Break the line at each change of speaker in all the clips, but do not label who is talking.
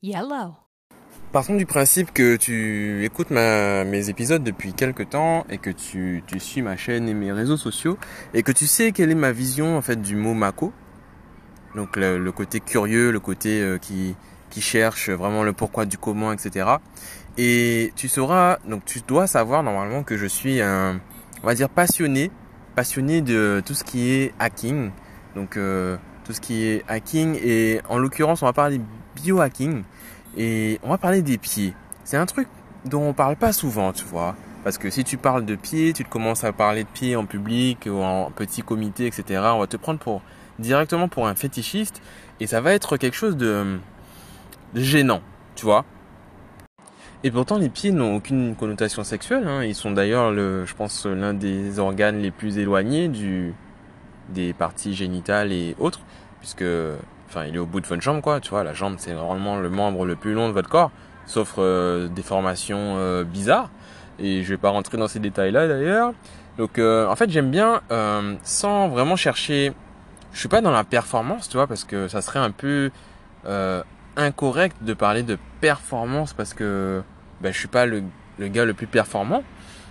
Yellow.
Partons du principe que tu écoutes mes épisodes depuis quelques temps et que tu suis ma chaîne et mes réseaux sociaux et que tu sais quelle est ma vision en fait du mot Mako. Donc le côté curieux, le côté qui cherche vraiment le pourquoi du comment, etc. Et tu sauras, donc tu dois savoir normalement que je suis on va dire passionné de tout ce qui est hacking. Donc tout ce qui est hacking et en l'occurrence on va parler biohacking. Et on va parler des pieds. C'est un truc dont on parle pas souvent, tu vois. Parce que si tu parles de pieds, tu te commences à parler de pieds en public ou en petit comité, etc. On va te prendre directement pour un fétichiste et ça va être quelque chose de gênant, tu vois. Et pourtant, les pieds n'ont aucune connotation sexuelle, hein. Ils sont d'ailleurs, je pense, l'un des organes les plus éloignés des parties génitales et autres, puisque, enfin, il est au bout de votre jambe, quoi. Tu vois, la jambe, c'est normalement le membre le plus long de votre corps, sauf des formations bizarres. Et je vais pas rentrer dans ces détails-là, d'ailleurs. Donc, en fait, j'aime bien, sans vraiment chercher. Je suis pas dans la performance, tu vois, parce que ça serait un peu euh, incorrect de parler de performance, parce que ben, je suis pas le gars le plus performant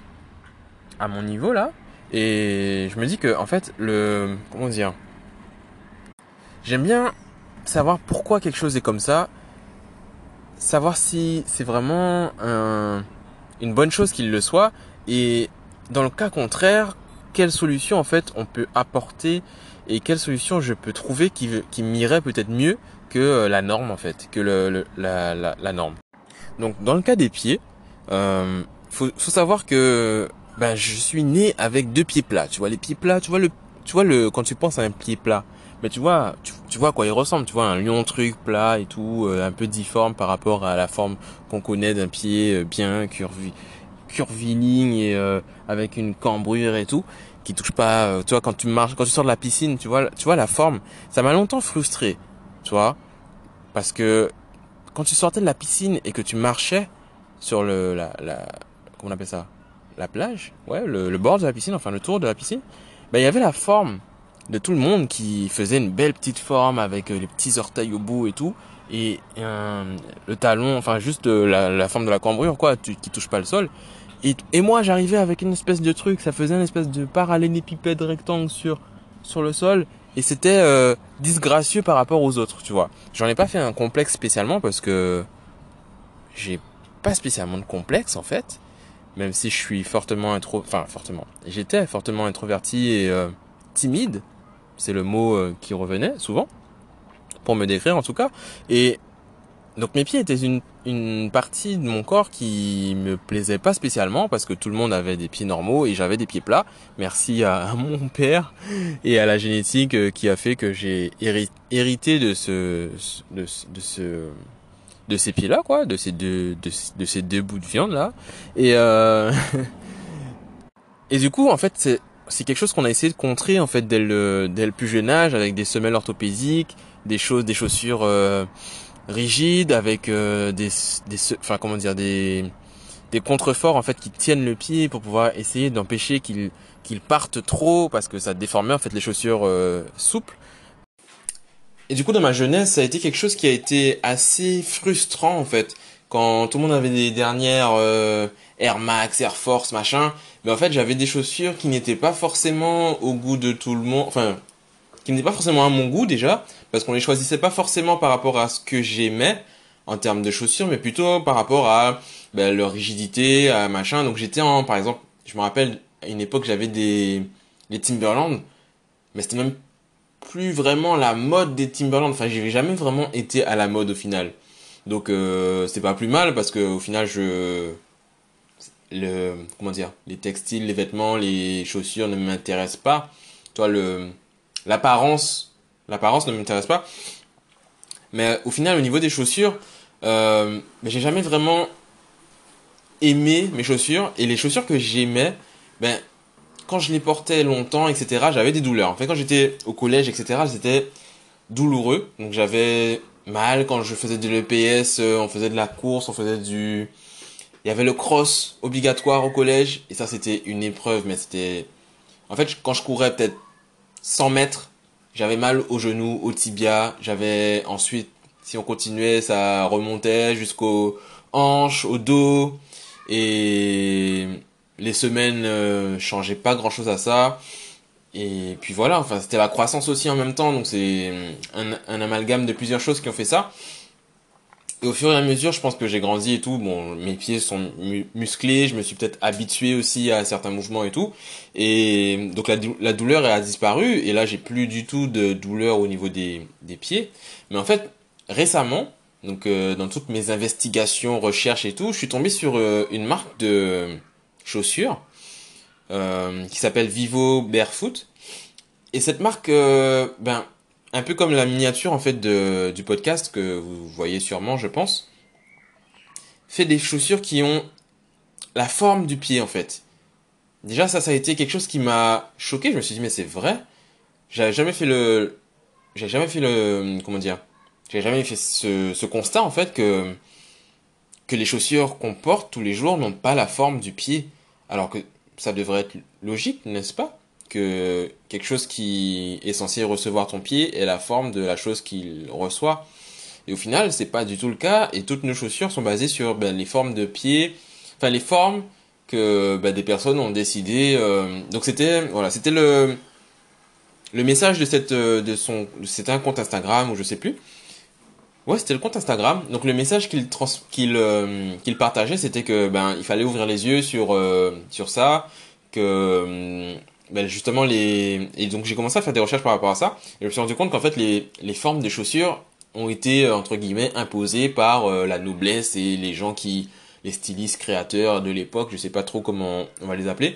à mon niveau là. Et je me dis que, en fait, comment dire, j'aime bien savoir pourquoi quelque chose est comme ça, savoir si c'est vraiment une bonne chose qu'il le soit, et dans le cas contraire, quelle solution en fait on peut apporter et quelle solution je peux trouver qui m'irait peut-être mieux que la norme en fait, que la norme. Donc dans le cas des pieds, faut savoir que ben, je suis né avec deux pieds plats. Tu vois les pieds plats, tu vois le quand tu penses à un pied plat, mais tu vois à quoi il ressemble. Tu vois un lion truc plat et tout, un peu difforme par rapport à la forme qu'on connaît d'un pied bien curviligne et avec une cambrure et tout, qui touche pas. Tu vois quand tu marches, quand tu sors de la piscine, tu vois la forme. Ça m'a longtemps frustré, tu vois, parce que quand tu sortais de la piscine et que tu marchais sur comment on appelle ça? La plage? Ouais, le bord de la piscine, enfin le tour de la piscine. Ben, il y avait la forme de tout le monde qui faisait une belle petite forme avec les petits orteils au bout et tout. Et le talon, enfin juste la forme de la cambrure, quoi, qui touche pas le sol. Et moi, j'arrivais avec une espèce de truc, ça faisait une espèce de parallélépipède rectangle sur le sol. Et c'était disgracieux par rapport aux autres, tu vois. J'en ai pas fait un complexe spécialement parce que j'ai pas spécialement de complexe en fait. Même si je suis j'étais fortement introverti et timide. C'est le mot qui revenait souvent, pour me décrire en tout cas. Et donc mes pieds étaient une partie de mon corps qui me plaisait pas spécialement parce que tout le monde avait des pieds normaux et j'avais des pieds plats. Merci à mon père et à la génétique qui a fait que j'ai hérité de ces pieds-là, quoi, de ces deux bouts de viande là. Et et du coup, en fait, c'est quelque chose qu'on a essayé de contrer en fait dès le plus jeune âge avec des semelles orthopédiques, des chaussures rigides avec enfin comment dire des contreforts en fait qui tiennent le pied pour pouvoir essayer d'empêcher qu'il parte trop parce que ça déformait en fait les chaussures souples. Et du coup dans ma jeunesse ça a été quelque chose qui a été assez frustrant en fait quand tout le monde avait des dernières Air Max, Air Force machin, mais en fait j'avais des chaussures qui n'étaient pas forcément au goût de tout le monde, enfin qui n'étaient pas forcément à mon goût déjà, parce qu'on les choisissait pas forcément par rapport à ce que j'aimais en termes de chaussures, mais plutôt par rapport à ben, leur rigidité, à machin. Donc par exemple, je me rappelle à une époque j'avais les Timberland, mais c'était même plus vraiment la mode des Timberland. Enfin, j'avais jamais vraiment été à la mode au final. Donc c'est pas plus mal parce que au final comment dire, les textiles, les vêtements, les chaussures ne m'intéressent pas. Toi l'apparence ne m'intéresse pas. Mais au final, au niveau des chaussures, ben, j'ai jamais vraiment aimé mes chaussures. Et les chaussures que j'aimais, ben, quand je les portais longtemps, etc., j'avais des douleurs. En fait, quand j'étais au collège, etc., c'était douloureux. Donc j'avais mal quand je faisais de l'EPS, on faisait de la course, il y avait le cross obligatoire au collège. Et ça, c'était une épreuve, mais c'était... En fait, quand je courais peut-être 100 mètres, j'avais mal au genou, au tibia. J'avais ensuite, si on continuait, ça remontait jusqu'aux hanches, au dos. Et les semelles changeaient pas grand-chose à ça. Et puis voilà, enfin c'était la croissance aussi en même temps, donc c'est un amalgame de plusieurs choses qui ont fait ça. Et au fur et à mesure, je pense que j'ai grandi et tout. Bon, mes pieds sont musclés, je me suis peut-être habitué aussi à certains mouvements et tout. Et donc la douleur elle a disparu et là j'ai plus du tout de douleur au niveau des pieds. Mais en fait, récemment, donc dans toutes mes investigations, recherches et tout, je suis tombé sur une marque de chaussures qui s'appelle Vivo Barefoot. Et cette marque, ben un peu comme la miniature en fait du podcast que vous voyez sûrement, je pense, fait des chaussures qui ont la forme du pied en fait. Déjà ça a été quelque chose qui m'a choqué. Je me suis dit mais c'est vrai. J'avais jamais fait le, j'avais jamais fait le, comment dire, j'avais jamais fait ce constat en fait que les chaussures qu'on porte tous les jours n'ont pas la forme du pied, alors que ça devrait être logique, n'est-ce pas? Que quelque chose qui est censé recevoir ton pied ait la forme de la chose qu'il reçoit. Et au final, c'est pas du tout le cas, et toutes nos chaussures sont basées sur les formes de pied, enfin les formes que des personnes ont décidé. Donc c'était voilà, c'était le message de c'était un compte Instagram ou je sais plus. Ouais, c'était le compte Instagram. Donc le message qu'il partageait, c'était que il fallait ouvrir les yeux sur ça, que justement et donc j'ai commencé à faire des recherches par rapport à ça et je me suis rendu compte qu'en fait les formes des chaussures ont été entre guillemets imposées par la noblesse et les gens qui les stylistes créateurs de l'époque, je sais pas trop comment on va les appeler,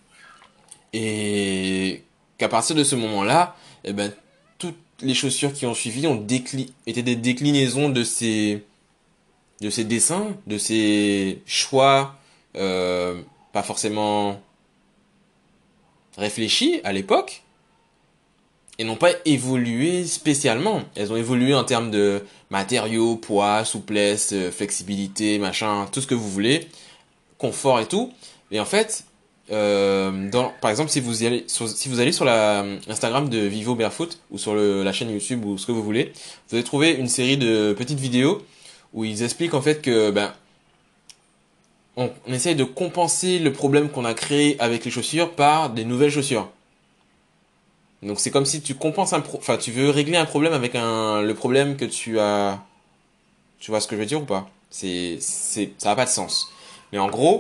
et qu'à partir de ce moment-là, eh ben toutes les chaussures qui ont suivi étaient des déclinaisons de ces dessins, de ces choix pas forcément réfléchis à l'époque et n'ont pas évolué spécialement. Elles ont évolué en termes de matériaux, poids, souplesse, flexibilité, machin, tout ce que vous voulez, confort et tout. Et en fait, par exemple, si vous allez sur la Instagram de Vivo Barefoot ou sur la chaîne YouTube ou ce que vous voulez, vous allez trouver une série de petites vidéos où ils expliquent en fait que on essaye de compenser le problème qu'on a créé avec les chaussures par des nouvelles chaussures. Donc c'est comme si tu compenses enfin tu veux régler un problème avec le problème que tu as. Tu vois ce que je veux dire ou pas? Ça a pas de sens. Mais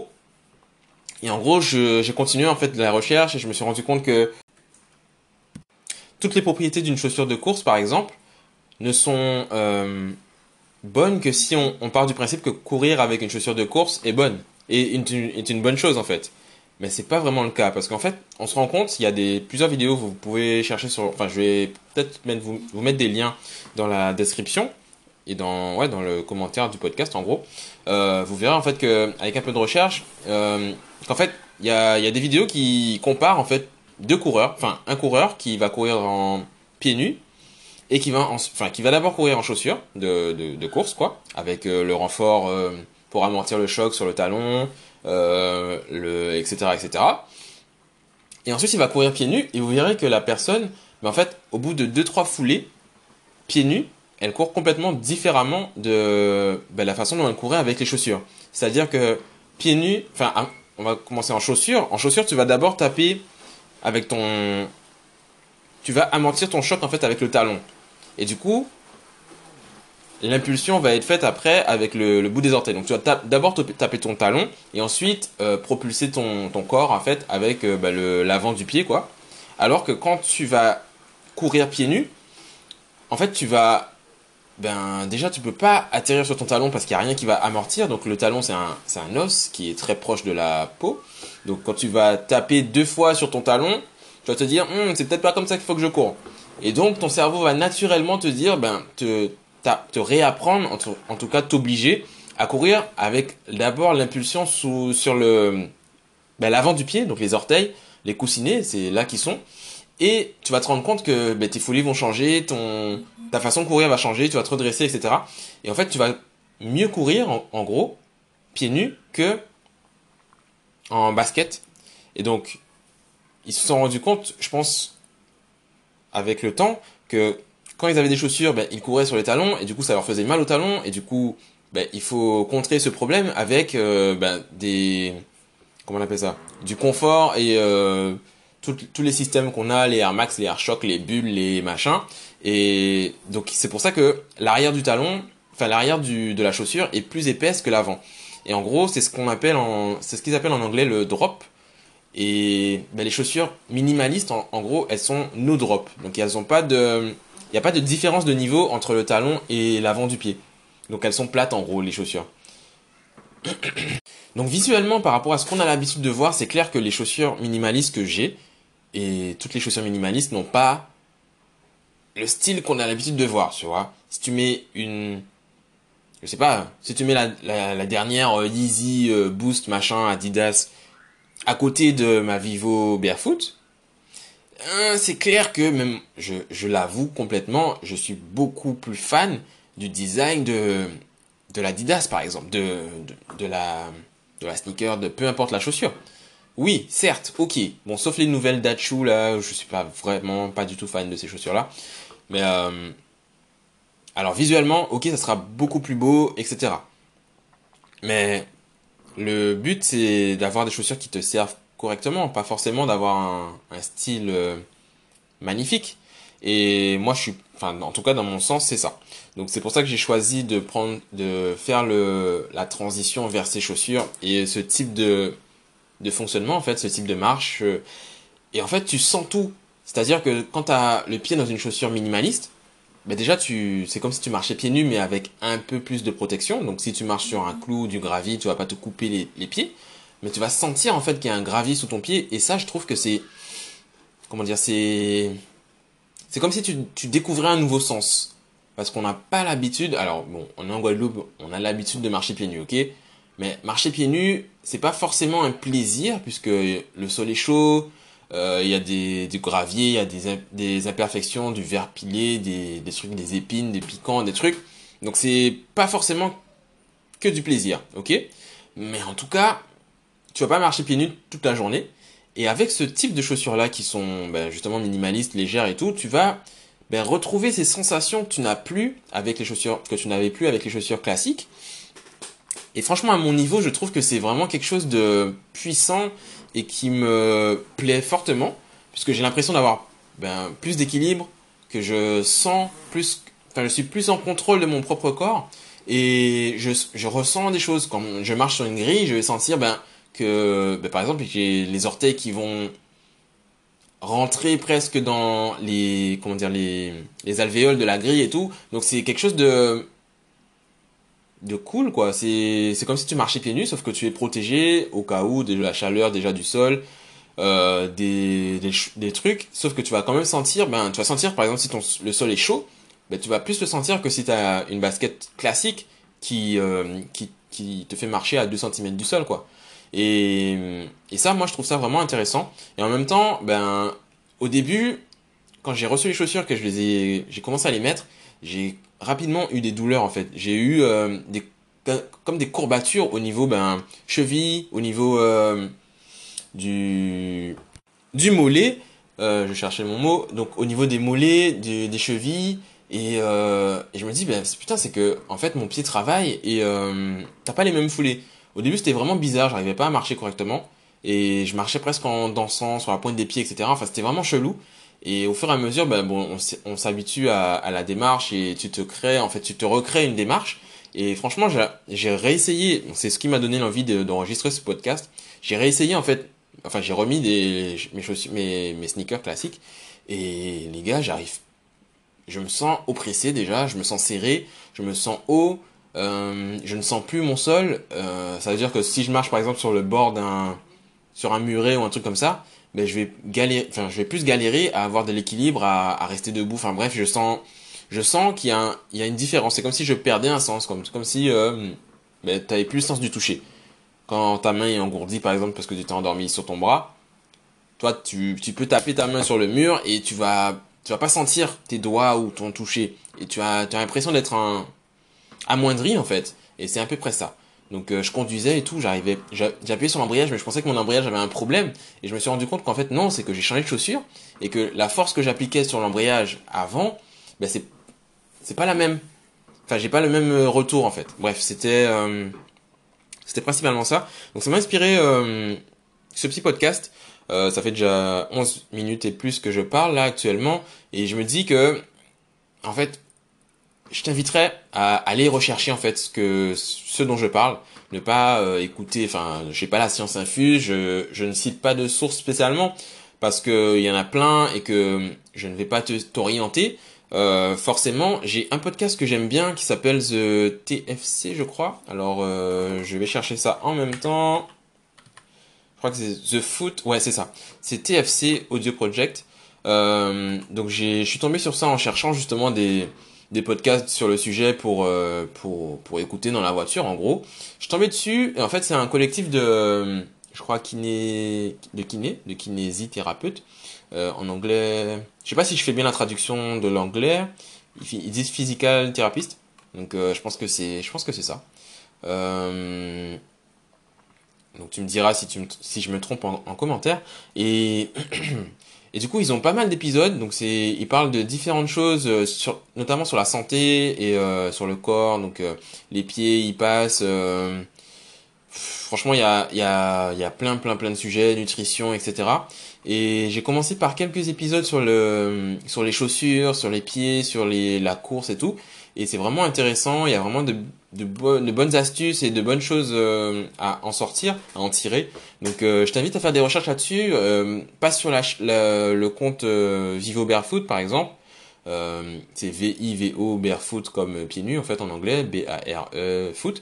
en gros, j'ai continué en fait la recherche et je me suis rendu compte que toutes les propriétés d'une chaussure de course, par exemple, ne sont bonnes que si on part du principe que courir avec une chaussure de course est bonne et est une bonne chose en fait. Mais c'est pas vraiment le cas parce qu'en fait, on se rend compte, il y a plusieurs vidéos, vous pouvez chercher enfin, je vais peut-être vous mettre des liens dans la description et dans le commentaire du podcast en gros. Vous verrez en fait que avec un peu de recherche, qu'en fait, il y a des vidéos qui comparent en fait deux coureurs, enfin un coureur qui va courir en pieds nus et qui va d'abord courir en chaussures de course quoi, avec le renfort pour amortir le choc sur le talon, etc., etc. Et ensuite, il va courir pieds nus et vous verrez que la personne, en fait, au bout de deux trois foulées, pieds nus, elle court complètement différemment de la façon dont elle courait avec les chaussures. C'est-à-dire que pieds nus, enfin, on va commencer en chaussures. En chaussures, tu vas d'abord taper avec tu vas amortir ton choc en fait avec le talon. Et du coup, l'impulsion va être faite après avec le bout des orteils. Donc tu vas d'abord taper ton talon et ensuite propulser ton corps en fait avec l'avant du pied quoi. Alors que quand tu vas courir pieds nus, en fait tu vas déjà tu peux pas atterrir sur ton talon parce qu'il y a rien qui va amortir. Donc le talon c'est un os qui est très proche de la peau. Donc quand tu vas taper deux fois sur ton talon, tu vas te dire c'est peut-être pas comme ça qu'il faut que je cours. Et donc ton cerveau va naturellement te dire te réapprendre, en tout cas t'obliger à courir avec d'abord l'impulsion sur l'avant du pied, donc les orteils, les coussinets, c'est là qu'ils sont. Et tu vas te rendre compte que tes folies vont changer, ta façon de courir va changer, tu vas te redresser, etc. Et en fait, tu vas mieux courir, en gros, pieds nus, que en basket. Et donc, ils se sont rendus compte, je pense, avec le temps, que quand ils avaient des chaussures, ils couraient sur les talons et du coup ça leur faisait mal aux talons et du coup il faut contrer ce problème avec des comment on appelle ça, du confort et tous les systèmes qu'on a, les Air Max, les Air Shock, les bulles, les machins. Et donc c'est pour ça que l'arrière du talon, enfin l'arrière de la chaussure est plus épaisse que l'avant. Et en gros, c'est ce qu'ils appellent en anglais le drop. Et les chaussures minimalistes, en gros, elles sont no drop. Donc il n'y a pas de différence de niveau entre le talon et l'avant du pied. Donc elles sont plates en gros les chaussures. Donc visuellement, par rapport à ce qu'on a l'habitude de voir, c'est clair que les chaussures minimalistes que j'ai, et toutes les chaussures minimalistes n'ont pas le style qu'on a l'habitude de voir, tu vois. Si tu mets je sais pas, si tu mets la dernière Yeezy Boost machin Adidas à côté de ma Vivo Barefoot, c'est clair que même, je l'avoue complètement, je suis beaucoup plus fan du design de l'Adidas par exemple, de la sneaker, de peu importe la chaussure. Oui, certes, ok. Bon, sauf les nouvelles Dachu là, je suis pas du tout fan de ces chaussures là. Mais alors visuellement, ok, ça sera beaucoup plus beau, etc. Mais le but c'est d'avoir des chaussures qui te servent correctement, pas forcément d'avoir un style magnifique. Et moi, enfin, en tout cas, dans mon sens, c'est ça. Donc, c'est pour ça que j'ai choisi de faire la transition vers ces chaussures et ce type de fonctionnement, en fait, ce type de marche. Et en fait, tu sens tout. C'est-à-dire que quand tu as le pied dans une chaussure minimaliste, déjà, c'est comme si tu marchais pieds nus, mais avec un peu plus de protection. Donc, si tu marches sur un clou, du gravier, tu vas pas te couper les pieds. Mais tu vas sentir, en fait, qu'il y a un gravier sous ton pied. Et ça, je trouve que comment dire, c'est comme si tu découvrais un nouveau sens. Parce qu'on n'a pas l'habitude, alors bon, on est en Guadeloupe, on a l'habitude de marcher pieds nus, ok? Mais marcher pieds nus, c'est pas forcément un plaisir, puisque le sol est chaud, il y a du gravier, il y a des imperfections, du verre pilé, des trucs, des épines, des piquants, des trucs. Donc c'est pas forcément que du plaisir, ok? Mais en tout cas, tu vas pas marcher pieds nus toute la journée. Et avec ce type de chaussures-là qui sont justement minimalistes, légères et tout, tu vas retrouver ces sensations que tu n'as plus avec les chaussures, que tu n'avais plus avec les chaussures classiques. Et franchement, à mon niveau, je trouve que c'est vraiment quelque chose de puissant et qui me plaît fortement, puisque j'ai l'impression d'avoir plus d'équilibre, que je suis plus en contrôle de mon propre corps et je ressens des choses. Quand je marche sur une grille, je vais sentir que par exemple j'ai les orteils qui vont rentrer presque dans les alvéoles de la grille et tout. Donc c'est quelque chose de cool quoi. C'est comme si tu marchais pieds nus sauf que tu es protégé au cas où de la chaleur déjà du sol, des trucs. Sauf que tu vas quand même sentir tu vas sentir par exemple si le sol est chaud, tu vas plus le sentir que si tu as une basket classique qui te fait marcher à 2 cm du sol quoi. Et ça, moi, je trouve ça vraiment intéressant. Et en même temps, au début, quand j'ai reçu les chaussures, que j'ai commencé à les mettre, j'ai rapidement eu des douleurs en fait. J'ai eu comme des courbatures au niveau cheville, au niveau du mollet. Je cherchais mon mot. Donc au niveau des mollets, des chevilles. Et je me dis putain c'est que en fait mon pied travaille et t'as pas les mêmes foulées. Au début, c'était vraiment bizarre, j'arrivais pas à marcher correctement. Et je marchais presque en dansant sur la pointe des pieds, etc. Enfin, c'était vraiment chelou. Et au fur et à mesure, on s'habitue à la démarche et tu te recrées une démarche. Et franchement, j'ai réessayé, c'est ce qui m'a donné l'envie d'enregistrer ce podcast. J'ai réessayé, en fait, enfin, j'ai remis mes sneakers classiques. Et les gars, je me sens oppressé déjà, je me sens serré, je me sens haut. Je ne sens plus mon sol. Ça veut dire que si je marche par exemple sur le bord sur un muret ou un truc comme ça, je vais plus galérer à avoir de l'équilibre, à rester debout. Enfin bref, je sens qu'il y a une différence. C'est comme si je perdais un sens, comme si t'avais plus le sens du toucher. Quand ta main est engourdie par exemple parce que tu t'es endormi sur ton bras, toi tu peux taper ta main sur le mur et tu vas pas sentir tes doigts ou ton toucher et tu as l'impression d'être amoindri en fait, et c'est à peu près ça. Donc je conduisais et tout, j'appuyais sur l'embrayage, mais je pensais que mon embrayage avait un problème, et je me suis rendu compte qu'en fait non, c'est que j'ai changé de chaussure, et que la force que j'appliquais sur l'embrayage avant, ben c'est pas la même. Enfin, j'ai pas le même retour en fait. Bref, c'était principalement ça. Donc ça m'a inspiré ce petit podcast. Ça fait déjà 11 minutes et plus que je parle là actuellement et je me dis que en fait, je t'inviterais à aller rechercher en fait ce dont je parle, ne pas écouter, enfin, j'ai pas la science infuse, je ne cite pas de source spécialement parce que il y en a plein et que je ne vais pas t'orienter. Forcément, j'ai un podcast que j'aime bien qui s'appelle The TFC, je crois. Alors, je vais chercher ça en même temps. Je crois que c'est The Foot. Ouais, c'est ça. C'est TFC Audio Project. Donc je suis tombé sur ça en cherchant justement des podcasts sur le sujet pour écouter dans la voiture, en gros. Je suis tombé dessus, et en fait, c'est un collectif je crois, de kinésithérapeutes, en anglais. Je sais pas si je fais bien la traduction de l'anglais. Ils disent physical therapist. Donc, je pense que c'est ça. Euh, donc tu me diras si je me trompe en commentaire. Et, et du coup, ils ont pas mal d'épisodes. Donc ils parlent de différentes choses, notamment sur la santé et sur le corps. Donc les pieds, ils passent. Franchement, il y a plein de sujets, nutrition, etc. Et j'ai commencé par quelques épisodes sur les chaussures, sur les pieds, la course et tout. Et c'est vraiment intéressant. Il y a vraiment de bonnes astuces et de bonnes choses à en sortir, à en tirer. Donc, je t'invite à faire des recherches là-dessus. Pas sur le compte Vivo Barefoot, par exemple. C'est VIVO Barefoot comme pieds nus en fait en anglais, BARE foot.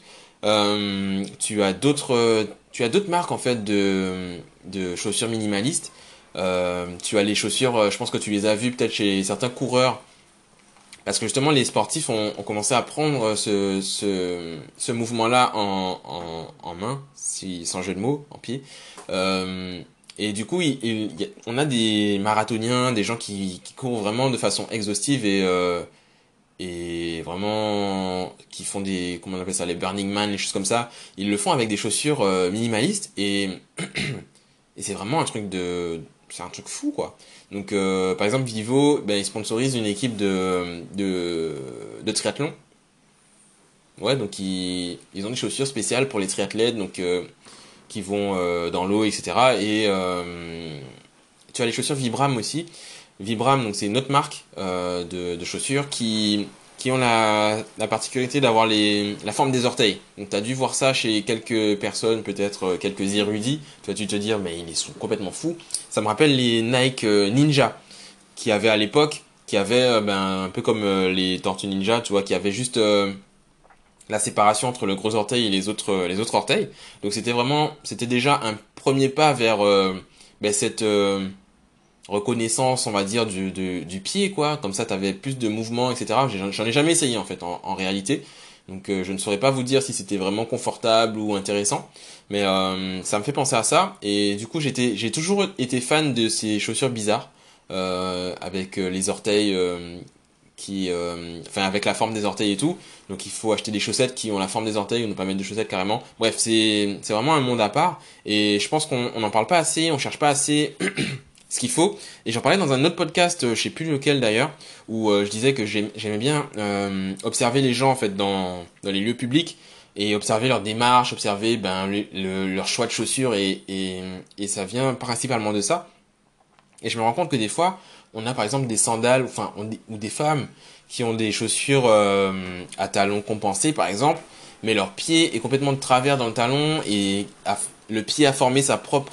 Tu as d'autres marques en fait de chaussures minimalistes. Tu as les chaussures, je pense que tu les as vues peut-être chez certains coureurs, parce que justement les sportifs ont commencé à prendre ce mouvement-là en main, sans jeu de mots, en pied. Et du coup, on a des marathoniens, des gens qui courent vraiment de façon exhaustive et vraiment qui font comment on appelle ça, les Burning Man, les choses comme ça. Ils le font avec des chaussures minimalistes et c'est vraiment c'est un truc fou quoi. Donc par exemple Vivo, ben, ils sponsorisent une équipe de triathlon. Ouais, donc ils ont des chaussures spéciales pour les triathlètes, donc qui vont dans l'eau, etc. Et tu as les chaussures Vibram aussi. Vibram, donc c'est une autre marque de chaussures qui ont la particularité d'avoir la forme des orteils. Donc tu as dû voir ça chez quelques personnes, peut-être quelques érudits. Tu vas te dire, mais ils sont complètement fous. Ça me rappelle les Nike Ninja qui avaient à l'époque, qui avaient ben, un peu comme les Tortues Ninja, tu vois, qui avaient juste la séparation entre le gros orteil et les autres orteils. Donc c'était déjà un premier pas vers ben, cette reconnaissance, on va dire, du pied, quoi. Comme ça, t'avais plus de mouvement, etc. J'en ai jamais essayé, en fait, en réalité. Donc, je ne saurais pas vous dire si c'était vraiment confortable ou intéressant. Mais ça me fait penser à ça. Et du coup, j'ai toujours été fan de ces chaussures bizarres, avec les orteils enfin, avec la forme des orteils et tout. Donc, il faut acheter des chaussettes qui ont la forme des orteils ou ne pas mettre de chaussettes carrément. Bref, c'est vraiment un monde à part. Et je pense qu'on n'en parle pas assez, on cherche pas assez ce qu'il faut. Et j'en parlais dans un autre podcast, je sais plus lequel d'ailleurs, où je disais que j'aimais bien observer les gens en fait dans les lieux publics et observer leur démarche, observer ben leur choix de chaussures et ça vient principalement de ça. Et je me rends compte que des fois, on a par exemple des sandales, enfin ou des femmes qui ont des chaussures à talons compensés par exemple, mais leur pied est complètement de travers dans le talon et le pied a formé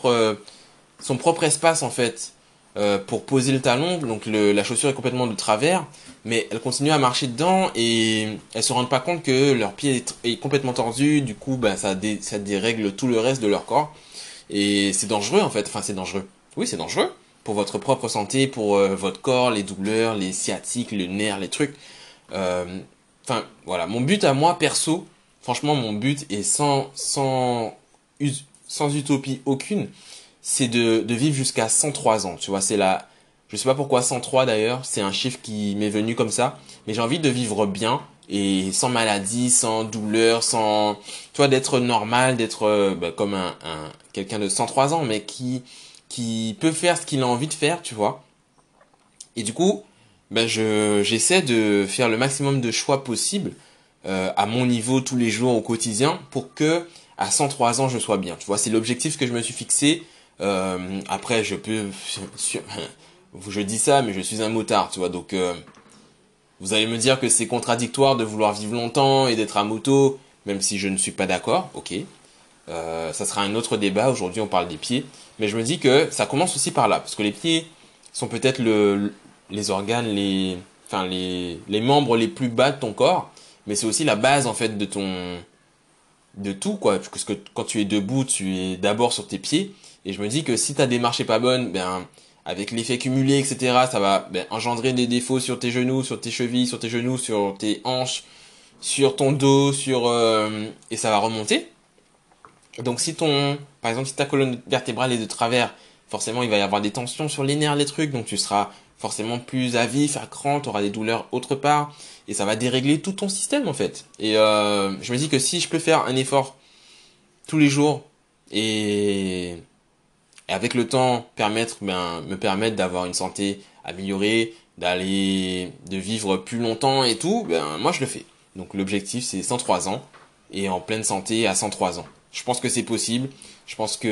son propre espace en fait pour poser le talon. Donc la chaussure est complètement de travers, mais elles continuent à marcher dedans et elles se rendent pas compte que leur pied est complètement tordu. Du coup, ben ça dérègle tout le reste de leur corps et c'est dangereux en fait. Enfin, c'est dangereux. Oui, c'est dangereux pour votre propre santé, pour votre corps, les douleurs, les sciatiques, le nerf, les trucs. Enfin, voilà. Mon but à moi perso, franchement, mon but est sans utopie aucune, c'est de vivre jusqu'à 103 ans. Tu vois, je sais pas pourquoi 103 d'ailleurs, c'est un chiffre qui m'est venu comme ça, mais j'ai envie de vivre bien et sans maladie, sans douleur, tu vois, d'être normal, d'être bah, comme quelqu'un de 103 ans, mais qui peut faire ce qu'il a envie de faire, tu vois. Et du coup, J'essaie de faire le maximum de choix possible à mon niveau tous les jours au quotidien pour que à 103 ans je sois bien. Tu vois, c'est l'objectif que je me suis fixé. Après, je dis ça, mais je suis un motard, tu vois. Donc, vous allez me dire que c'est contradictoire de vouloir vivre longtemps et d'être à moto, même si je ne suis pas d'accord. Ok, ça sera un autre débat. Aujourd'hui, on parle des pieds, mais je me dis que ça commence aussi par là, parce que les pieds sont peut-être les organes, les membres les plus bas de ton corps, mais c'est aussi la base en fait de tout quoi. Parce que quand tu es debout, tu es d'abord sur tes pieds, et je me dis que si ta démarche est pas bonne, ben avec l'effet cumulé, etc., ça va engendrer des défauts sur tes genoux, sur tes chevilles, sur tes genoux, sur tes hanches, sur ton dos, et ça va remonter. Donc par exemple, si ta colonne vertébrale est de travers, forcément il va y avoir des tensions sur les nerfs, les trucs, donc tu seras forcément plus à vif, à cran, tu auras des douleurs autre part, et ça va dérégler tout ton système en fait. Et je me dis que si je peux faire un effort tous les jours et, et avec le temps me permettre d'avoir une santé améliorée, de vivre plus longtemps et tout, moi je le fais. Donc l'objectif c'est 103 ans et en pleine santé à 103 ans. Je pense que c'est possible. Je pense que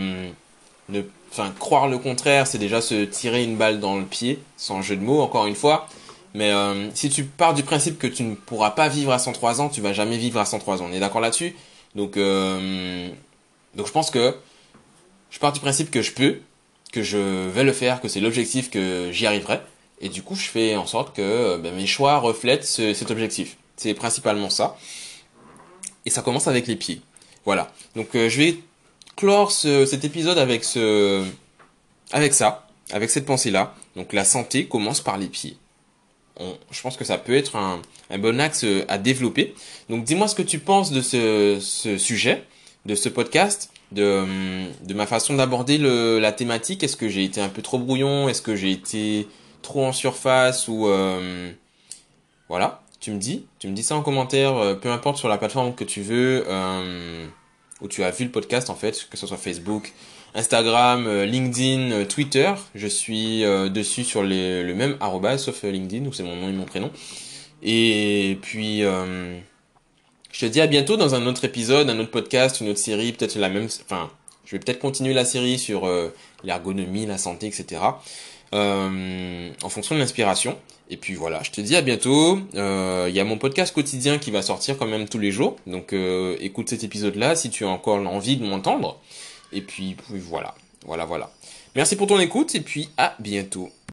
croire le contraire, c'est déjà se tirer une balle dans le pied, sans jeu de mots encore une fois. Mais si tu pars du principe que tu ne pourras pas vivre à 103 ans, tu vas jamais vivre à 103 ans. On est d'accord là-dessus? Donc donc je pense que je pars du principe que je peux, que je vais le faire, que c'est l'objectif, que j'y arriverai. Et du coup, je fais en sorte que mes choix reflètent cet objectif. C'est principalement ça. Et ça commence avec les pieds. Voilà. Donc je vais clore cet épisode avec ça, avec cette pensée-là. Donc la santé commence par les pieds. Je pense que ça peut être un bon axe à développer. Donc dis-moi ce que tu penses de ce sujet, de ce podcast, de ma façon d'aborder la thématique. Est-ce que j'ai été un peu trop brouillon? Est-ce que j'ai été trop en surface ou voilà, tu me dis ça en commentaire, peu importe sur la plateforme que tu veux, où tu as vu le podcast en fait, que ce soit Facebook, Instagram, LinkedIn, Twitter, je suis dessus sur le même arrobas, sauf LinkedIn où c'est mon nom et mon prénom. Et puis, je te dis à bientôt dans un autre épisode, un autre podcast, une autre série, peut-être je vais peut-être continuer la série sur l'ergonomie, la santé, etc. En fonction de l'inspiration. Et puis voilà, je te dis à bientôt. Il y a mon podcast quotidien qui va sortir quand même tous les jours. Donc écoute cet épisode-là si tu as encore l'envie de m'entendre. Et puis voilà. Merci pour ton écoute et puis à bientôt.